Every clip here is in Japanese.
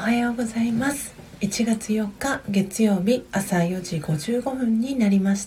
はようございます。1月4日月曜日朝4時55分になりました。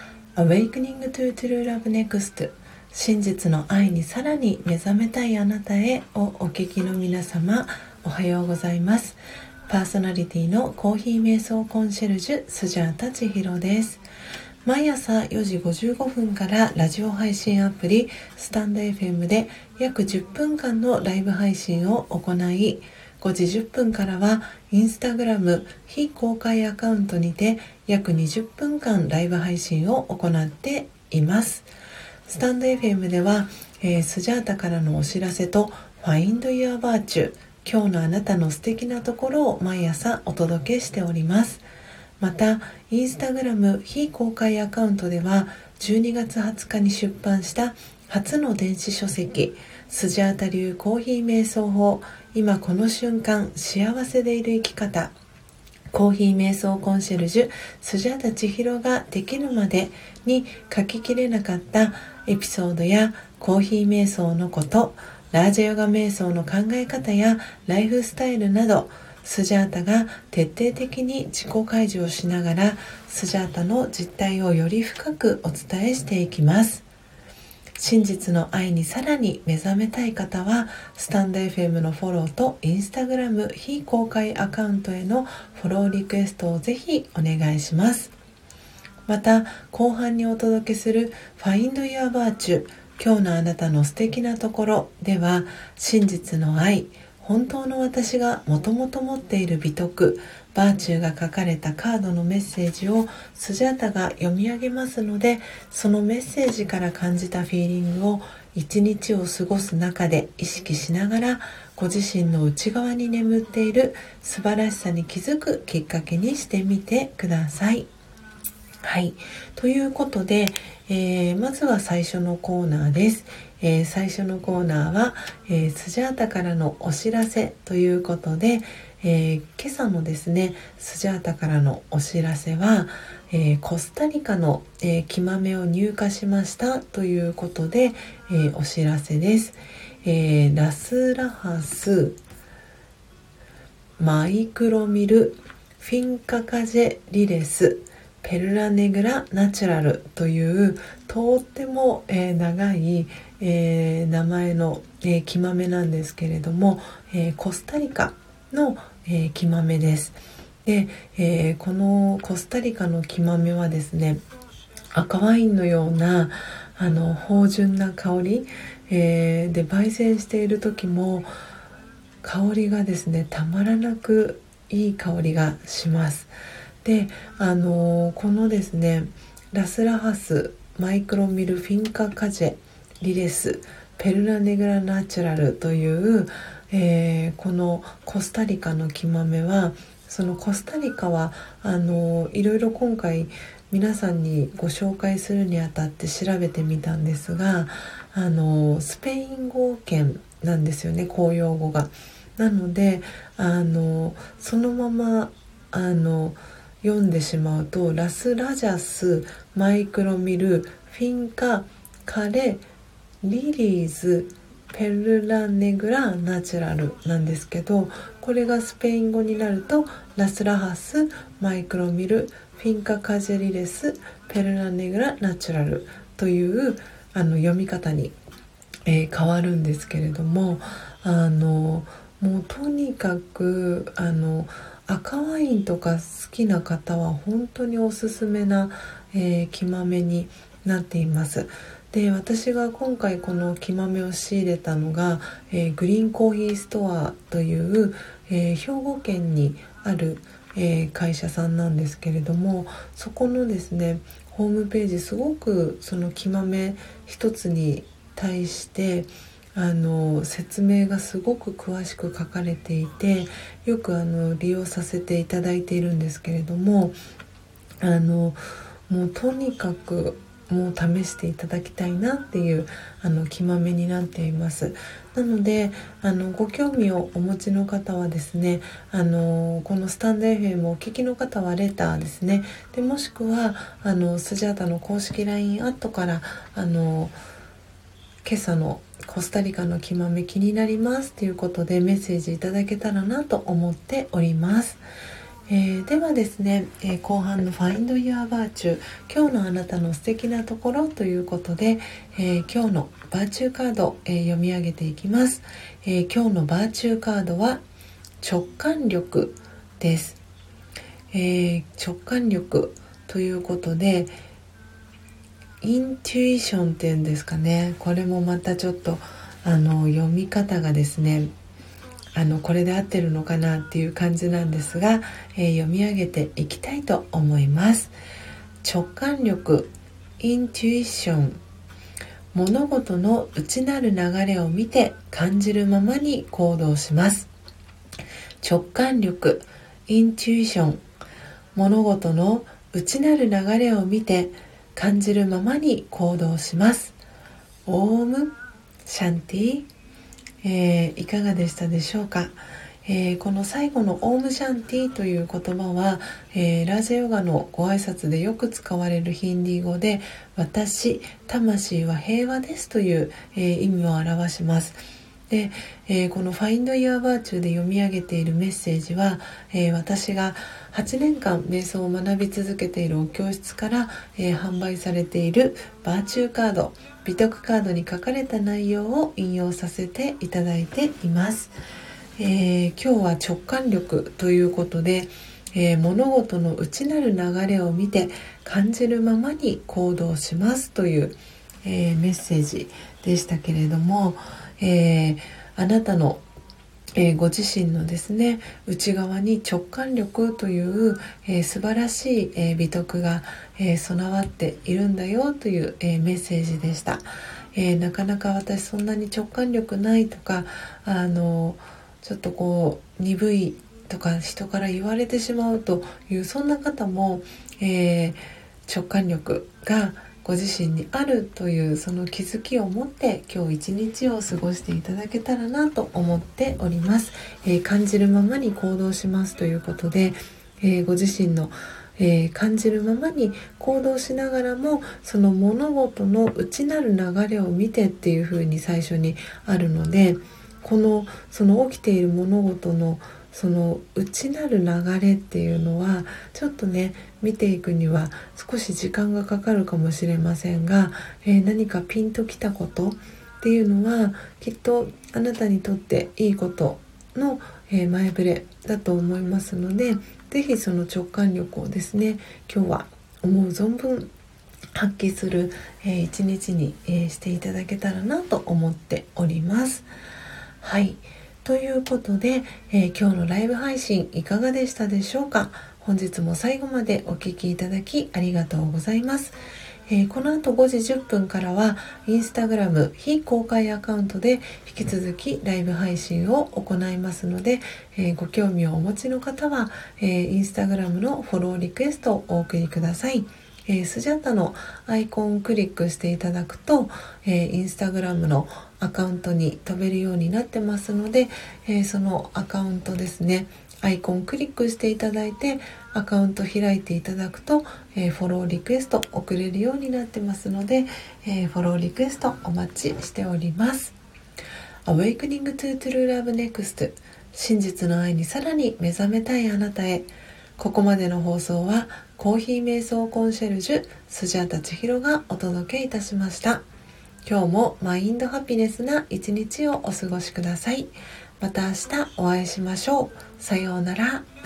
Awakening to True Love Next、 真実の愛にさらに目覚めたいあなたへをお聞きの皆様、おはようございます。パーソナリティのコーヒー瞑想コンシェルジュスジャータ千尋です。毎朝4時55分からラジオ配信アプリスタンド FM で約10分間のライブ配信を行い、5時10分からはインスタグラム非公開アカウントにて約20分間ライブ配信を行っています。スタンド FM では、スジャータからのお知らせと Find Your Virtue、 今日のあなたの素敵なところを毎朝お届けしております。またインスタグラム非公開アカウントでは12月20日に出版した初の電子書籍スジャータ流コーヒー瞑想法、今この瞬間幸せでいる生き方、コーヒー瞑想コンシェルジュスジャータ千尋ができるまでに書ききれなかったエピソードやコーヒー瞑想のこと、ラージャヨガ瞑想の考え方やライフスタイルなど、スジャータが徹底的に自己開示をしながらスジャータの実態をより深くお伝えしていきます。真実の愛にさらに目覚めたい方はスタンド FM のフォローとインスタグラム非公開アカウントへのフォローリクエストをぜひお願いします。また後半にお届けする Find Your Virtue、 今日のあなたの素敵なところでは、真実の愛、本当の私がもともと持っている美徳バーチューが書かれたカードのメッセージをスジャータが読み上げますので、そのメッセージから感じたフィーリングを一日を過ごす中で意識しながら、ご自身の内側に眠っている素晴らしさに気づくきっかけにしてみてください。はい、ということで、まずは最初のコーナーです。最初のコーナーは、スジャータからのお知らせということで、今朝のですねスジャータからのお知らせは、コスタリカの、木豆を入荷しましたということで、お知らせです。ラスラハスマイクロミルフィンカカジェリレスペルラネグラナチュラルというとっても、長い、名前の、木豆なんですけれども、コスタリカの、木豆です。で、このコスタリカの木豆はですね、赤ワインのような芳醇な香り、で焙煎している時も香りがですねたまらなくいい香りがします。で、このですねラスラハスマイクロミルフィンカカジェリレスペルラネグラナチュラルという、このコスタリカの木豆は、そのコスタリカはいろいろ今回皆さんにご紹介するにあたって調べてみたんですが、スペイン語圏なんですよね、公用語が。なのでそのまま読んでしまうとラスラジャスマイクロミルフィンカカレリリーズペルラネグラナチュラルなんですけど、これがスペイン語になるとラスラハスマイクロミルフィンカカジェリレスペルラネグラナチュラルという読み方に、変わるんですけれども、もうとにかく赤ワインとか好きな方は本当におすすめな、木豆になっています。で、私が今回この木豆を仕入れたのが、グリーンコーヒーストアという、兵庫県にある、会社さんなんですけれども、そこのですねホームページすごくその木豆一つに対して説明がすごく詳しく書かれていて、よく利用させていただいているんですけれども、もうとにかくもう試していただきたいなっていう木豆になっています。なのでご興味をお持ちの方はですね、このスタンド FM をお聞きの方はレターですね、でもしくはスジャータの公式 LINE アットから今朝のコスタリカの木豆気になりますということでメッセージいただけたらなと思っております。ではですね、後半の Find Your Virtue 今日のあなたの素敵なところということで、今日のバーチューカード、読み上げていきます。今日のバーチューカードは直感力です。直感力ということでインテュイションっていうんですかね。これもまたちょっと読み方がですねこれで合ってるのかなっていう感じなんですが、読み上げていきたいと思います。直感力、インテュイション、物事の内なる流れを見て感じるままに行動します。直感力、インテュイション、物事の内なる流れを見て感じるままに行動します。オームシャンティ、いかがでしたでしょうか。この最後のオームシャンティという言葉は、ラージャヨガのご挨拶でよく使われるヒンディー語で私、魂は平和ですという、意味を表します。で、この Find Your Virtue で読み上げているメッセージは、私が8年間瞑想を学び続けているお教室から、販売されているバーチューカード、美徳カードに書かれた内容を引用させていただいています。今日は直感力ということで、物事の内なる流れを見て感じるままに行動しますという、メッセージでしたけれども、あなたの、ご自身のですね内側に直感力という、素晴らしい、美徳が、備わっているんだよという、メッセージでした。なかなか私そんなに直感力ないとかちょっとこう鈍いとか人から言われてしまうというそんな方も、直感力がご自身にあるというその気づきを持って今日一日を過ごしていただけたらなと思っております。感じるままに行動しますということで、ご自身の感じるままに行動しながらもその物事の内なる流れを見てっていう風に最初にあるので、その起きている物事のその内なる流れっていうのはちょっとね見ていくには少し時間がかかるかもしれませんが、何かピンときたことっていうのはきっとあなたにとっていいことの、前触れだと思いますので、ぜひその直感力をですね今日は思う存分発揮する、一日に、していただけたらなと思っております。はい、ということで、今日のライブ配信いかがでしたでしょうか。本日も最後までお聞きいただきありがとうございます。この後5時10分からはインスタグラム非公開アカウントで引き続きライブ配信を行いますので、ご興味をお持ちの方は、インスタグラムのフォローリクエストをお送りください。スジャタのアイコンをクリックしていただくと、インスタグラムのアカウントに飛べるようになってますので、そのアカウントですねアイコンクリックしていただいてアカウント開いていただくと、フォローリクエスト送れるようになってますので、フォローリクエストお待ちしております。 Awakening to True Love Next 真実の愛にさらに目覚めたいあなたへ。ここまでの放送はコーヒー瞑想コンシェルジュスジャータ千尋がお届けいたしました。今日もマインドハピネスな一日をお過ごしください。また明日お会いしましょう。さようなら。